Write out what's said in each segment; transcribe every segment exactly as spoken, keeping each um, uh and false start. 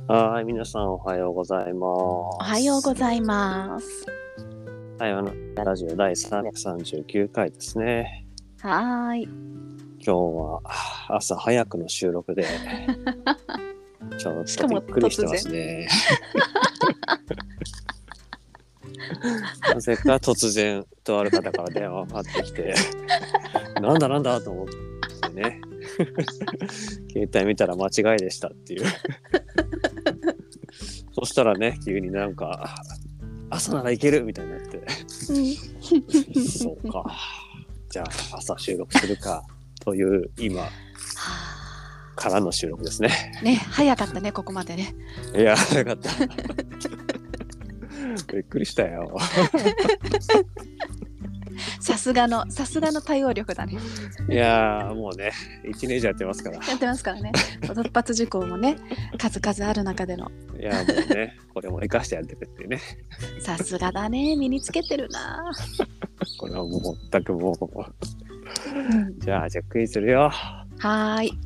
はい、皆さんおはようございます。おはようございます。 台湾のラジオだいさんびゃくさんじゅうきゅうかいですね。 はーい。 今日は朝早くの収録でちょっとびっくりしてますね。なぜか突然とある方から電話がかかってきてなんだなんだと思ってね携帯見たら間違いでしたっていうそしたらね急になんか朝ならいけるみたいになって、うん、そうかじゃあ朝収録するかという今からの収録ですね。 ね、早かったねここまでね。 いや早かったびっくりしたよさすがのさすがの対応力だね。 いやもうねいちねん以上やってますからやってますからね。突発事項もね数々ある中でのいやもうねこれも生かしてやってるっていうね。 さすがだね、身につけてるなこれはもう全くもう、うん、じゃあチェックインするよ。 はーい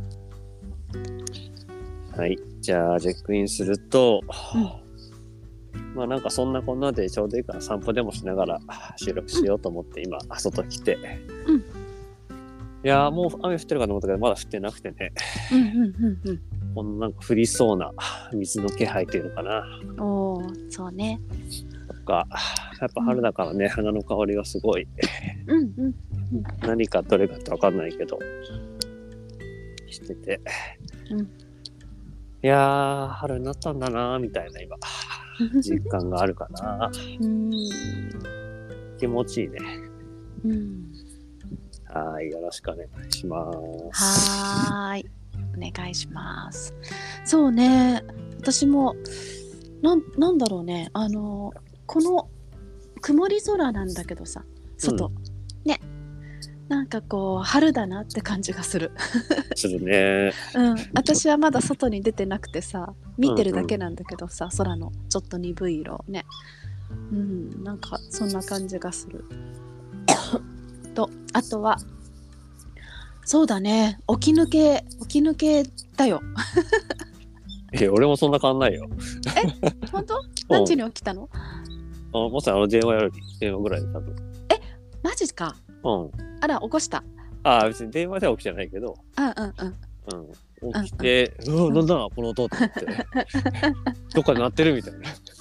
はいじゃあチェックインすると、うんまあなんかそんなこんなでちょうどいいから散歩でもしながら収録しようと思って今外来て、うん、いやもう雨降ってるかと思ったけどまだ降ってなくてね、うんうんうんうん、このなんか降りそうな水の気配っていうのかな。 おーそうね。 とかやっぱ春だからね、うん、花の香りがすごい、うんうんうん、何かどれかって分かんないけどしてて、うん、いやー春になったんだなみたいな今実感があるかなうん気持ちいいね、うん、はいよろしくお願いします。 はいお願いします。そうね私もなん、なんだろうねあのこの曇り空なんだけどさ外、うん、ねなんかこう春だなって感じがするするね、 うん、私はまだ外に出てなくてさ見てるだけなんだけどさ、うんうん、空のちょっと鈍い色ね、うん、なんかそんな感じがするとあとはそうだね起き抜け起き抜けだよえ俺もそんな変わんないよえ本当何時に起きたの？ あまさにあの電話より電話ぐらいで多分えマジかうんあら起こしたあ別に電話では起きてないけどうんうんうんうん、起きて、うんうん、うわなんだこの音と思ってどっかで鳴ってるみたいな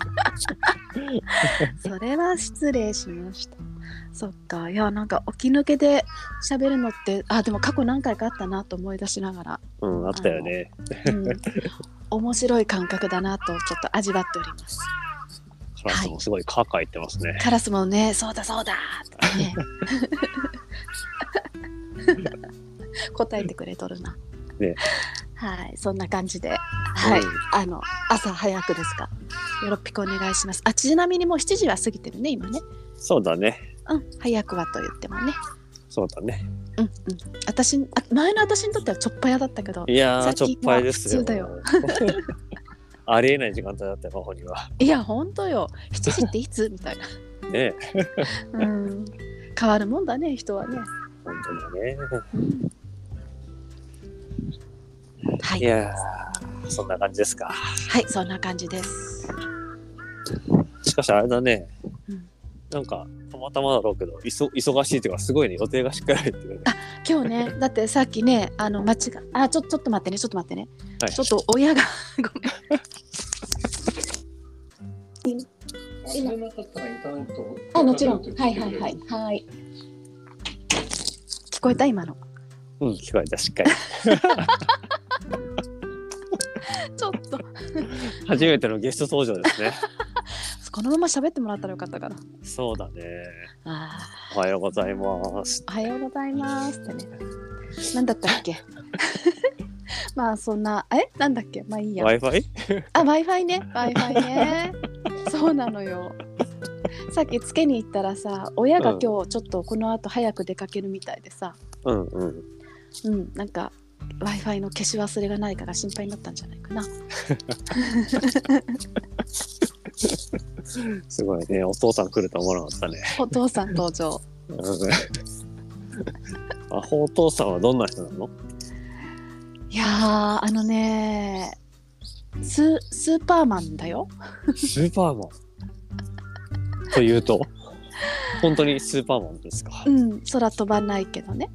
それは失礼しました。そっかいやなんか起き抜けで喋るのってあでも過去何回かあったなと思い出しながらうんあったよね、うん、 面白い感覚だなとちょっと味わっております。 カラスもすごいカーカー言ってますね、 はい、カラスもねそうだそうだってね答えてくれとるなね、はいそんな感じで、はい、うん、あの朝早くですがよろぴくお願いします。あちなみにもうしちじは過ぎてるね今ね。 そうだねうん早くはと言ってもねそうだねうんうん私あ前の私にとってはちょっぱやだったけどいやーちょっぱいですよ普通だよありえない時間帯だったよ真帆には。 いやほんとよしちじっていつみたいなねえ、うん、変わるもんだね人はね本当にね、うんはい、 いやそんな感じですか。 はいそんな感じです。 しかしあれだね、うん、なんかたまたまだろうけど忙しいっていうかすごいね予定がしっかり入ってるね。 あ今日ねだってさっきねあの間違あちょちょっと待ってねちょっと待ってね、はい、ちょっと親がごめん今あもちろんはいはいはいはい聞こえた今の。 うん聞こえたしっかりちょっと初めてのゲスト登場ですねこのまま喋ってもらったらよかったかな。 そうだねあおはようございますおはようございますってねなんだったっけまあそんなえなんだっけまあいいや Wi-Fi? あ Wi-Fi ね Wi-Fi ねそうなのよさっきつけに行ったらさ親が今日ちょっとこの後早く出かけるみたいでさうんうんうんなんかWi-Fi の消し忘れがないから心配になったんじゃないかなすごいねお父さん来ると思わなかったね。 お父さん登場あお父さんはどんな人なの？ いやーあのねススーパーマンだよ。 スーパーマンというと本当にスーパーマンですか？ うん、空飛ばないけどね。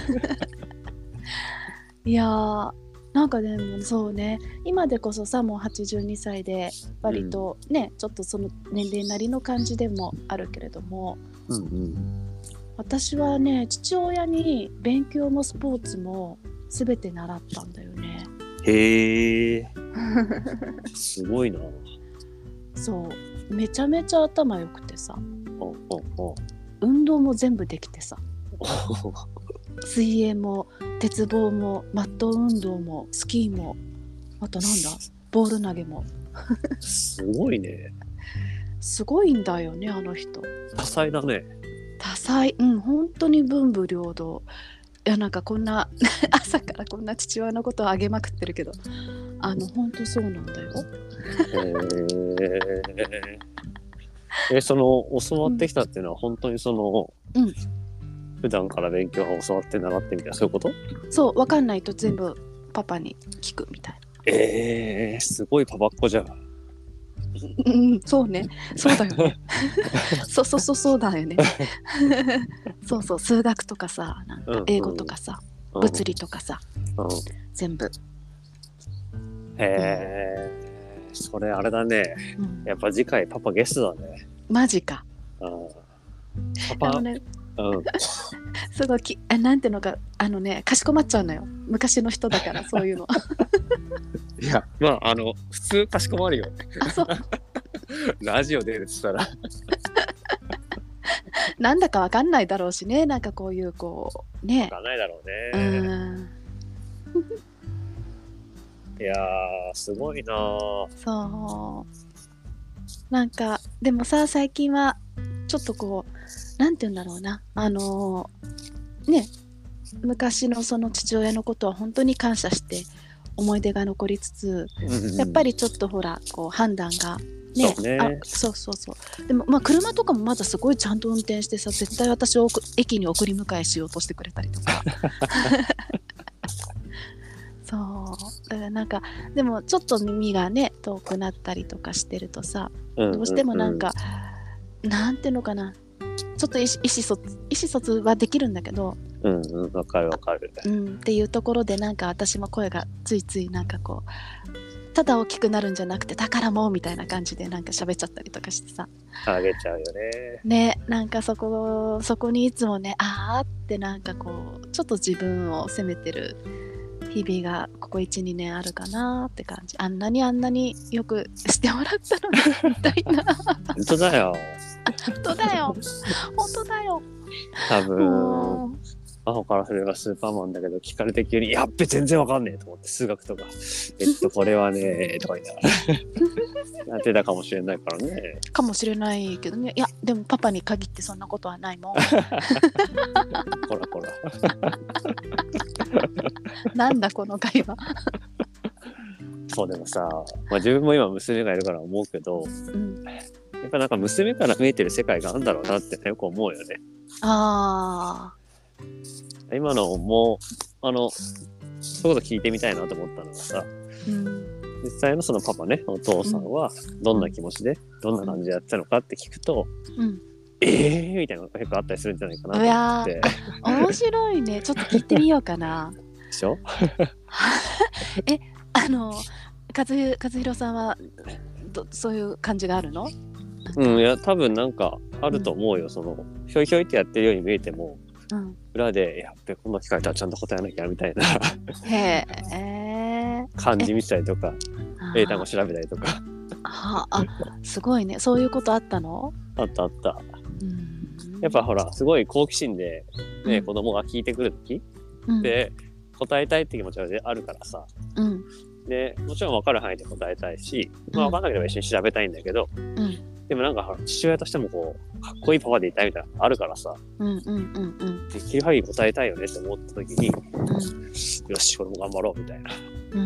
いやー、なんかでもそうね、今でこそさもうはちじゅうにさいで割とね、うん、ちょっとその年齢なりの感じでもあるけれども、うんうん、私はね父親に勉強もスポーツも全て習ったんだよね。 へえ。すごいな。 そうめちゃめちゃ頭良くてさ、 おおお運動も全部できてさ水泳も鉄棒もマット運動もスキーもあとなんだボール投げもすごいね。 すごいんだよねあの人。 多彩だね。 多彩、うん本当に文武両道。いやなんかこんな朝からこんな父親のことをあげまくってるけど、あの本当そうなんだよ。 へえ。その教わってきたっていうのは本当にその、うん、普段から勉強を教わって習ってみたいなそういうこと？ そう分かんないと全部パパに聞くみたいな。 えー、すごいパパっ子じゃん。 うん、そうね、そうだよね。そうそうそうそうだよね。そうそう数学とかさ、なんか英語とかさ、うんうん、物理とかさ、うん、全部。 へえ、うん、それあれだね、うん。やっぱ次回パパゲストだね。 マジか。 うん、パパ、ね、うん。 すごいきあなんていうのかあのねかしこまっちゃうのよ。昔の人だからそういうの。 いやまああの普通かしこまるよ。 あそう。 ラジオ出るって言ったらなんだかわかんないだろうしね、なんかこういうこうね。 わかんないだろうね。うんいやーすごいなー。 そうなんかでもさ最近はちょっとこうなんて言うんだろうなあのー、ね昔のその父親のことは本当に感謝して思い出が残りつつ、うんうん、やっぱりちょっとほらこう判断がね、そうね、あそうそうそうでもまあ車とかもまだすごいちゃんと運転してさ絶対私を駅に送り迎えしようとしてくれたりとかそうだからなんかでもちょっと耳がね遠くなったりとかしてるとさ、うんうんうん、どうしてもなんかなんていうのかなちょっと意思疎通意思疎通はできるんだけどうんうんわかるわかる、 うん、っていうところでなんか私も声がついついなんかこうただ大きくなるんじゃなくてだからもみたいな感じでなんか喋っちゃったりとかしてさあげちゃうよね。 ねなんかそこそこにいつもねあーってなんかこうちょっと自分を責めてる日々がここ いちにねんあるかなって感じ。あんなにあんなによくしてもらったのにみたいな。 本当だよ本当だよ本当だよ。 多分アホからすればスーパーマンだけど聞かれて急にやっべ全然わかんねえと思って数学とかえっとこれはねとか言いながらやってたかもしれないからね。 かもしれないけどね。いやでもパパに限ってそんなことはないもん。ほらほらなんだこの会話。 そうでもさ、まあ、自分も今娘がいるから思うけど、うん、やっぱなんか娘から見えてる世界があるんだろうなってよく思うよね。 ああ。 今のもあのそういうこと聞いてみたいなと思ったのがさ、うん、実際のそのパパねお父さんはどんな気持ちで、うん、どんな感じでやってたのかって聞くと、うん、えーみたいなのが結構あったりするんじゃないかなと思って。いや面白いね。ちょっと聞いてみようかな。 でしょえあの和弘さんはどそういう感じがあるの？ うんいや多分なんかあると思うよ、うん、そのひょいひょいってやってるように見えても、うん、裏でやっべこんな聞かれたらちゃんと答えなきゃみたいなへえ漢字見せたりとか英単語調べたりとかはあすごいね。そういうことあったの？ あったあった、うん、やっぱほらすごい好奇心で、ねうん、子供が聞いてくる時、うん、で答えたいって気持ちがあるからさ、うん、でもちろん分かる範囲で答えたいし、まあ分かんなければ一緒に調べたいんだけど、うん、でもなんかほら父親としてもこうかっこいいパパでいたいみたいなのがあるからさ、うんうんうんうん、できる限り答えたいよねって思った時に、うん、よしこれも頑張ろうみたいな。うん、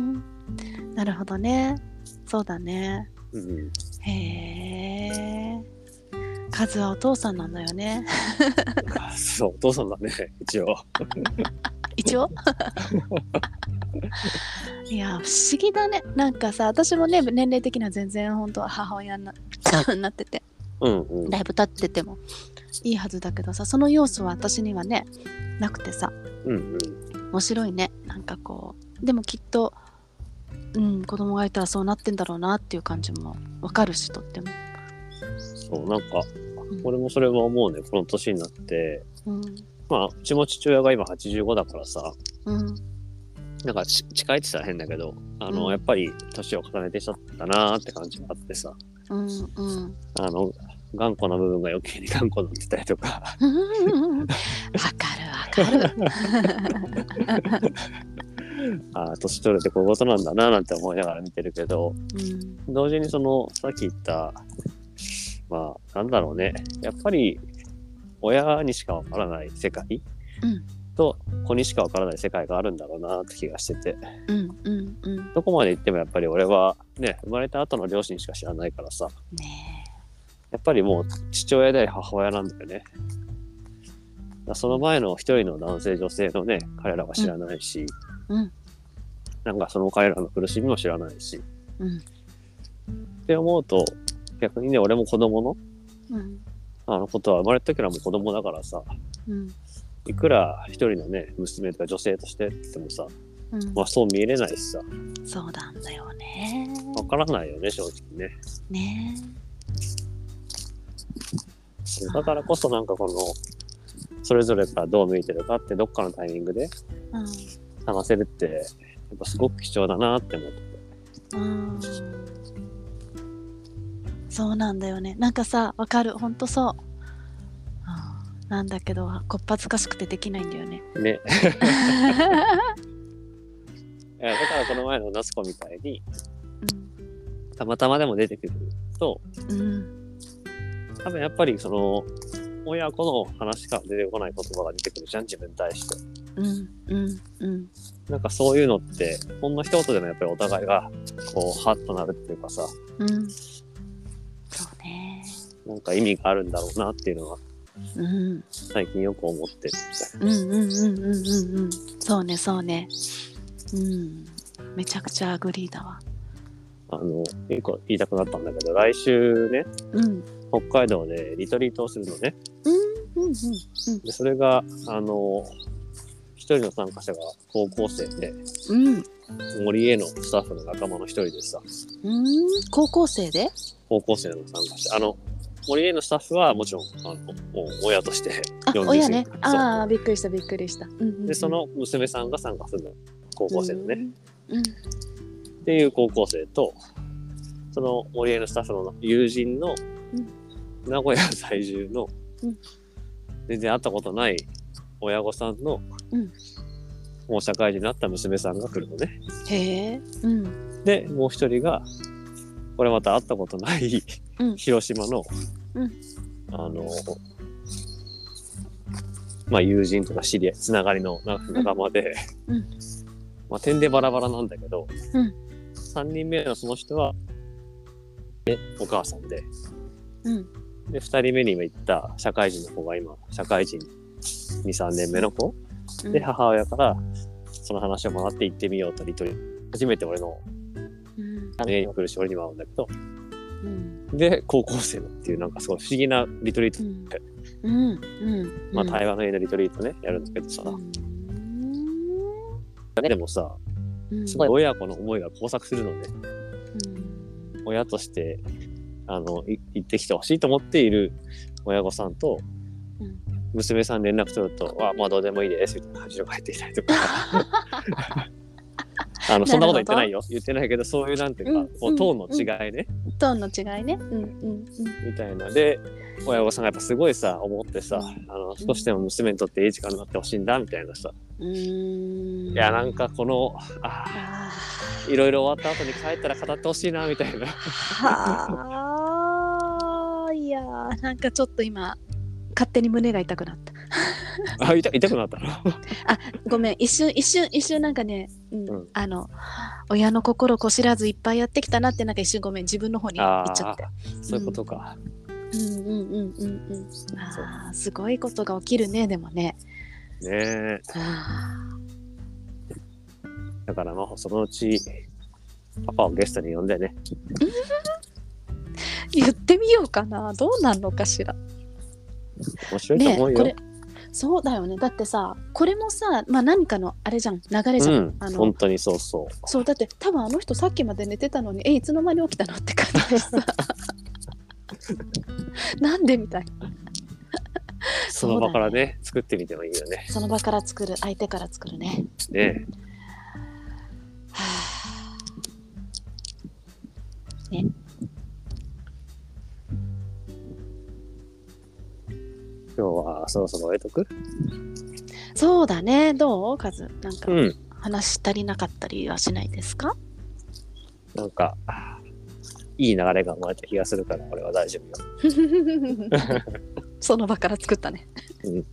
なるほどね。そうだね。うん、へえ。カズはお父さんなんだよね。 そうお父さんだね一応。 一応いや不思議だね。なんかさ、私もね年齢的には全然本当は母親に な, なってて、 うんうん、 だいぶ経っててもいいはずだけどさ、その要素は私にはねなくてさ、 うんうん、 面白いね。なんかこうでもきっと、うん、子供がいたらそうなってんだろうなっていう感じもわかるし、とっても。 そうなんか、うん、俺もそれは思うね。この年になって、うん、まあうちも父親が今はちじゅうごだからさ、うん、なんか近いって言ったら変だけど、あの、うん、やっぱり年を重ねてきちゃったなーって感じがあってさ、うんうん、あの頑固な部分が余計に頑固になってたりとか。わかるわかる。 ああ、年取るってこういうことなんだななんて思いながら見てるけど、うん、同時にそのさっき言ったまあなんだろうね、やっぱり親にしかわからない世界、うん、と子にしかわからない世界があるんだろうなって気がしてて、うんうんうん、どこまで行ってもやっぱり俺はね、生まれた後の両親しか知らないからさ、ね、やっぱりもう父親であり母親なんだよね。だその前の一人の男性女性のね彼らは知らないし、うん、なんかその彼らの苦しみも知らないし、うん、って思うと逆にね、俺も子供の、うん、あのことは生まれた時からもう子供だからさ、うん、いくら一人のね娘とか女性としてって言ってもさ、うん、まあそう見えれないしさ、 そうなんだよね。 わからないよね正直ね。 ねえ。だからこそなんかこのそれぞれからどう見えてるかってどっかのタイミングで探せるってやっぱすごく貴重だなって思ってて。うん、 そうなんだよね。なんかさ、わかる、ほんとそう。なんだけどこっぱずかしくてできないんだよね。 ね。いやだからこの前のナスコみたいに、うん、たまたまでも出てくると、うん、多分やっぱりその親子の話から出てこない言葉が出てくるじゃん、自分に対して。うんうんうん。なんかそういうのってほんの一言でもやっぱりお互いがこうハッとなるっていうかさ、うん、 そうね。 なんか意味があるんだろうなっていうのは、うん、最近よく思ってる。 うんうんうんうんうんうん。そうねそうね。うん。めちゃくちゃアグリーだわ。 あの一個言いたくなったんだけど、来週ね、うん、北海道でリトリートをするのね。うんうんうんうん、でそれがあの一人の参加者が高校生で、うん、森へのスタッフの仲間の一人でさ。 うん、高校生で？ 高校生の参加者。あの森へのスタッフはもちろんあの親としてあ親ね。ああびっくりしたびっくりした。うんうんうん、 でその娘さんが参加するの、高校生のね。うんうん、っていう高校生とその森へのスタッフの友人の、うん、名古屋在住の、うん、全然会ったことない親御さんの、うん、もう社会人になった娘さんが来るのね。 へえ。うん、 でもう一人がこれまた会ったことない、うん、広島の、うん、あのまあ友人とか知り合いつながりの仲間で、うんうん、まあ点でバラバラなんだけど、うん、さんにんめのその人はお母さんで、うん、でふたりめに今言った社会人の子が今社会人 に,さん 年目の子、うん、で母親からその話をもらって行ってみようとリトリ初めて俺の家にも来るし俺にも会うんだけど、うん、で高校生のっていうなんかすごい不思議なリトリートって、うんうんうん、まあ対話の家のリトリートねやるんだけどさ、うん、でもさすごい親子の思いが交錯するのね、うん、親としてあの行ってきてほしいと思っている親御さんと、うん、娘さん連絡取るとあまあどうでもいいですみたいな感じで帰ってきたりとかあのそんなこと言ってないよ言ってないけどそういうなんていうか、うん、こうトーンの違いね、 うん、トーンの違いね、うんうんうん、 みたいなで親御さんがやっぱすごいさ思ってさ、うん、あの少しでも娘にとっていい時間になってほしいんだみたいなさ、うーんいやなんかこのああいろいろ終わった後に帰ったら語ってほしいなみたいなはあいやーなんかちょっと今勝手に胸が痛くなったあ 痛, 痛くなったのあごめん一瞬一瞬一瞬なんかね、うんうん、あの親の心こ知らずいっぱいやってきたなってなんか一瞬ごめん自分の方に行っちゃってそういうことか、 うん、うんうんうんうんうんあすごいことが起きるねでもねねえだからまあそのうちパパをゲストに呼んでね。 言ってみようかな。どうなんのかしら。 面白いと思うよ。 ね、これそうだよね。だってさ、これもさ、まあ何かのあれじゃん、流れじゃん。うん、 あの本当にそうそう。 そうだって多分あの人さっきまで寝てたのに、えいつの間に起きたのって感じでさ。なんでみたいな。 その場からね、ね作ってみてもいいよね。 その場から作る、相手から作るね。 ねえ。 はあ、ね。 今日はそろそろ終えとく？ そうだね。どう？カズ。なんか、うん、話し足りなかったりはしないですか？ なんかいい流れが生まれた気がするから俺は大丈夫よ。 その場から作ったね。 うん、い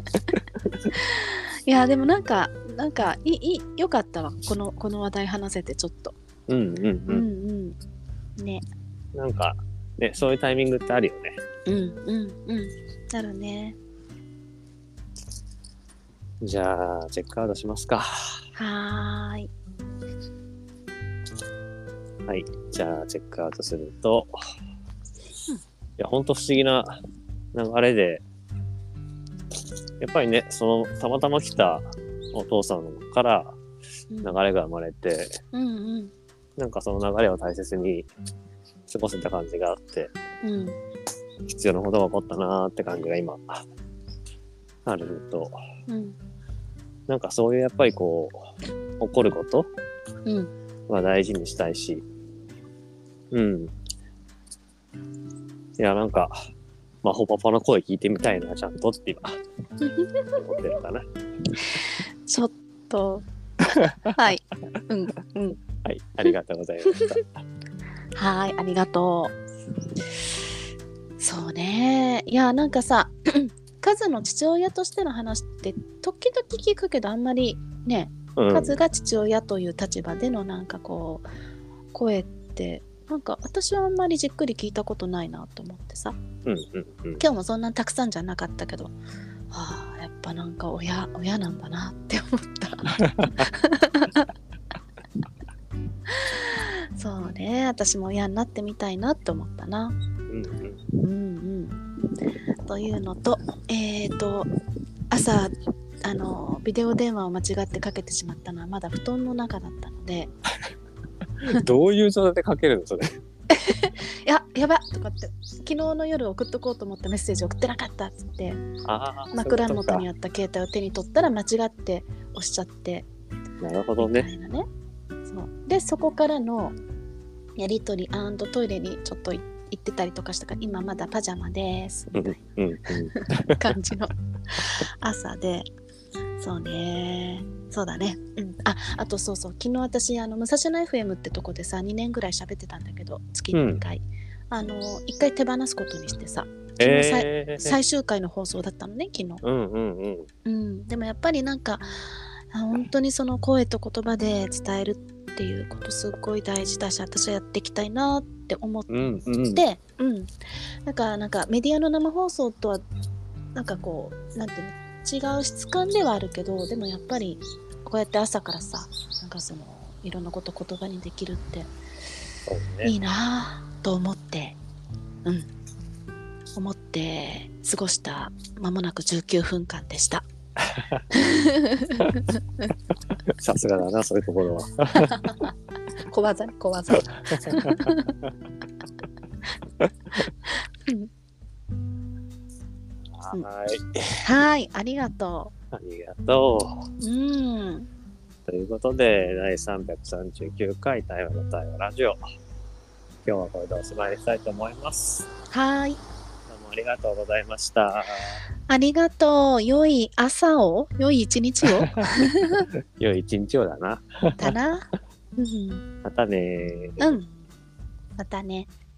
やでもなんかなんかいいよかったわ。このこの話題話せてちょっと。 うんうんうん。 うんうん。ね。 なんかねそういうタイミングってあるよね。 うんうんうん。なるね。 じゃあチェックアウトしますか。 はーい。 はい、じゃあチェックアウトすると、うん、いや本当不思議な流れで、やっぱりねそのたまたま来たお父さんから流れが生まれて、 うんうんうん、 なんかその流れを大切に過ごせた感じがあって、 うん、 必要なことが起こったなーって感じが今あるのと、 うん、 なんかそういうやっぱりこう起こることは大事にしたいし、うん。いや、なんか、マホパパの声聞いてみたいな、ちゃんとって今、思ってるかな。 ちょっと、はい。うん、うん。 はい、ありがとうございました。 はい、ありがとう。そうね。いや、なんかさ、カズの父親としての話って、時々聞くけど、あんまりね、うん、カズが父親という立場でのなんかこう、声って、なんか私はあんまりじっくり聞いたことないなと思ってさ、 うんうんうん、 今日もそんなたくさんじゃなかったけど、はあ、やっぱなんか親親なんだなって思ったそうね、私も親になってみたいなって思ったな。 うんうん、うんうん、というのとえっ、ー、と朝あのビデオ電話を間違ってかけてしまったのはまだ布団の中だったのでどういう状態でかけるのそれいややばとかって昨日の夜送っとこうと思ったメッセージ送ってなかったっつって枕元にあった携帯を手に取ったら間違って押しちゃってなるほどね。 みたいなね。そうでそこからのやり取り&トイレにちょっと行ってたりとかしたから今まだパジャマですみたいな、うんうん、感じの朝でそうねそうだね、うん、ああとそうそう昨日私あの武蔵野 エフエム ってとこでさにねんぐらい喋ってたんだけど月にいっかい、うん、あのいっかい手放すことにしてさ昨日、えー、最終回の放送だったのね昨日、 うんうんうんうん、でもやっぱりなんか本当にその声と言葉で伝えるっていうことすっごい大事だし私はやっていきたいなって思って、うんうんうん、なんかなんかメディアの生放送とはなんかこうなんていうの違う質感ではあるけどでもやっぱりこうやって朝からさなんかそのいろんなこと言葉にできるっていいなと思って、うん、思って過ごした間もなくじゅうきゅうふんかんでしたさすがだなそういうところは小技ね小技はいはいありがとうありがとううんということでだいさんびゃくさんじゅうきゅうかい対話の対話ラジオ今日はこれでおしまいにしたいと思います。 はいどうもありがとうございました。 ありがとう。良い朝を良い一日を良い一日をだなだな、うん、 またねうんまたね。